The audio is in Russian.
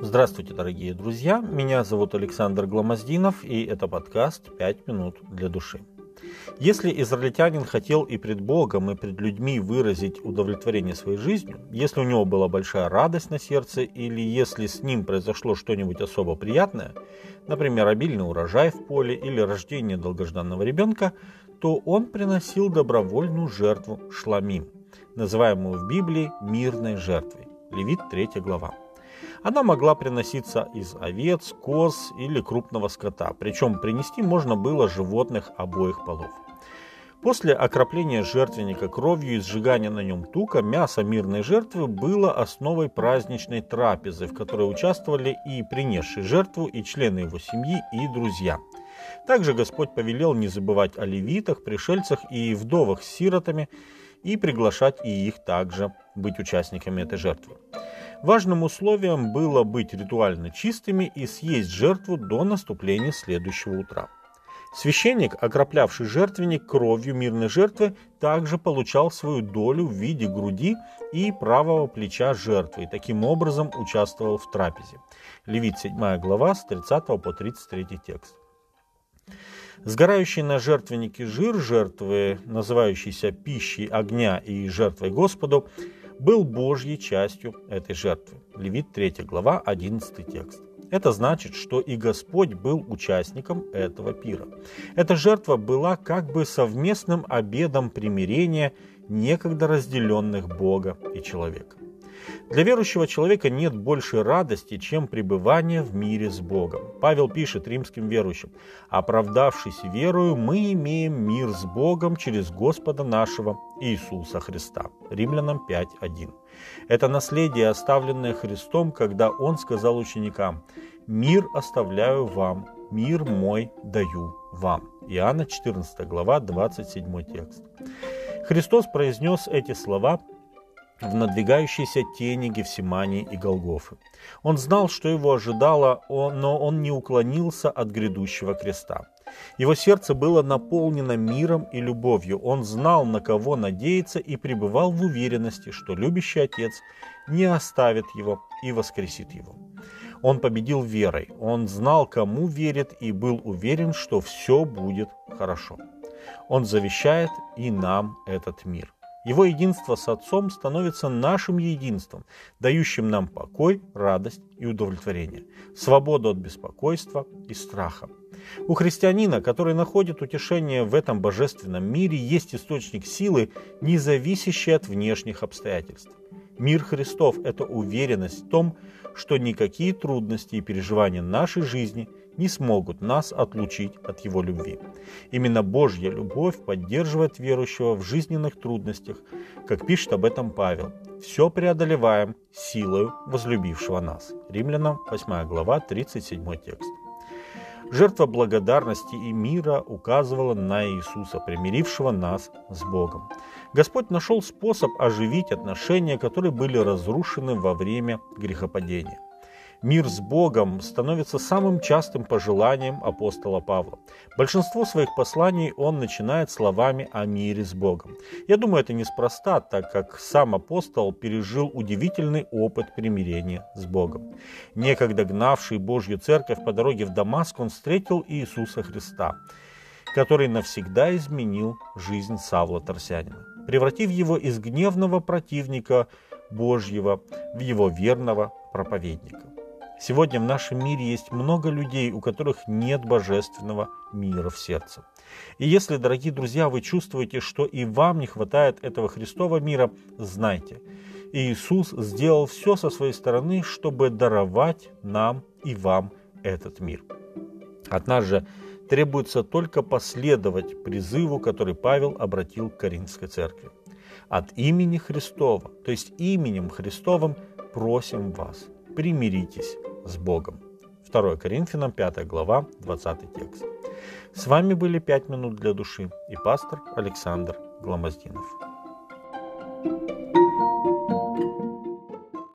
Здравствуйте, дорогие друзья! Меня зовут Александр Гломоздинов, и это подкаст «5 минут для души». Если израильтянин хотел и пред Богом, и пред людьми выразить удовлетворение своей жизнью, если у него была большая радость на сердце, или если с ним произошло что-нибудь особо приятное, например, обильный урожай в поле или рождение долгожданного ребенка, то он приносил добровольную жертву шламим, называемую в Библии мирной жертвой. Левит 3 глава. Она могла приноситься из овец, коз или крупного скота, причем принести можно было животных обоих полов. После окропления жертвенника кровью и сжигания на нем тука, мясо мирной жертвы было основой праздничной трапезы, в которой участвовали и принесший жертву, и члены его семьи, и друзья. Также Господь повелел не забывать о левитах, пришельцах и вдовах с сиротами, и приглашать и их также быть участниками этой жертвы. Важным условием было быть ритуально чистыми и съесть жертву до наступления следующего утра. Священник, окроплявший жертвенник кровью мирной жертвы, также получал свою долю в виде груди и правого плеча жертвы, и таким образом участвовал в трапезе. Левит 7 глава с 30 по 33 текст. Сгорающий на жертвеннике жир жертвы, называющийся пищей огня и жертвой Господу, был Божьей частью этой жертвы. Левит 3 глава, 11 текст. Это значит, что и Господь был участником этого пира. Эта жертва была как бы совместным обедом примирения некогда разделенных Бога и человека. Для верующего человека нет большей радости, чем пребывание в мире с Богом. Павел пишет римским верующим: «Оправдавшись верою, мы имеем мир с Богом через Господа нашего Иисуса Христа». Римлянам 5:1. Это наследие, оставленное Христом, когда Он сказал ученикам: «Мир оставляю вам, мир мой даю вам». Иоанна 14 глава, 27 текст. Христос произнес эти слова в надвигающейся тени Гефсимании и Голгофы. Он знал, что его ожидало, но он не уклонился от грядущего креста. Его сердце было наполнено миром и любовью. Он знал, на кого надеяться, и пребывал в уверенности, что любящий Отец не оставит его и воскресит его. Он победил верой. Он знал, кому верит, и был уверен, что все будет хорошо. Он завещает и нам этот мир. Его единство с Отцом становится нашим единством, дающим нам покой, радость и удовлетворение, свободу от беспокойства и страха. У христианина, который находит утешение в этом божественном мире, есть источник силы, не зависящий от внешних обстоятельств. Мир Христов – это уверенность в том, что никакие трудности и переживания нашей жизни не смогут нас отлучить от Его любви. Именно Божья любовь поддерживает верующего в жизненных трудностях, как пишет об этом Павел: «Все преодолеваем силою возлюбившего нас». Римлянам 8 глава, 37 текст. Жертва благодарности и мира указывала на Иисуса, примирившего нас с Богом. Господь нашел способ оживить отношения, которые были разрушены во время грехопадения. Мир с Богом становится самым частым пожеланием апостола Павла. Большинство своих посланий он начинает словами о мире с Богом. Я думаю, это неспроста, так как сам апостол пережил удивительный опыт примирения с Богом. Некогда гнавший Божью церковь по дороге в Дамаск, он встретил Иисуса Христа, который навсегда изменил жизнь Савла Тарсянина, превратив его из гневного противника Божьего в его верного проповедника. Сегодня в нашем мире есть много людей, у которых нет божественного мира в сердце. И если, дорогие друзья, вы чувствуете, что и вам не хватает этого Христового мира, знайте, Иисус сделал все со своей стороны, чтобы даровать нам и вам этот мир. От нас же требуется только последовать призыву, который Павел обратил к Коринфской церкви. От имени Христова, то есть именем Христовым, просим вас, примиритесь с Богом. 2 Коринфянам 5 глава, 20 текст. С вами были 5 минут для души и пастор Александр Гломоздинов.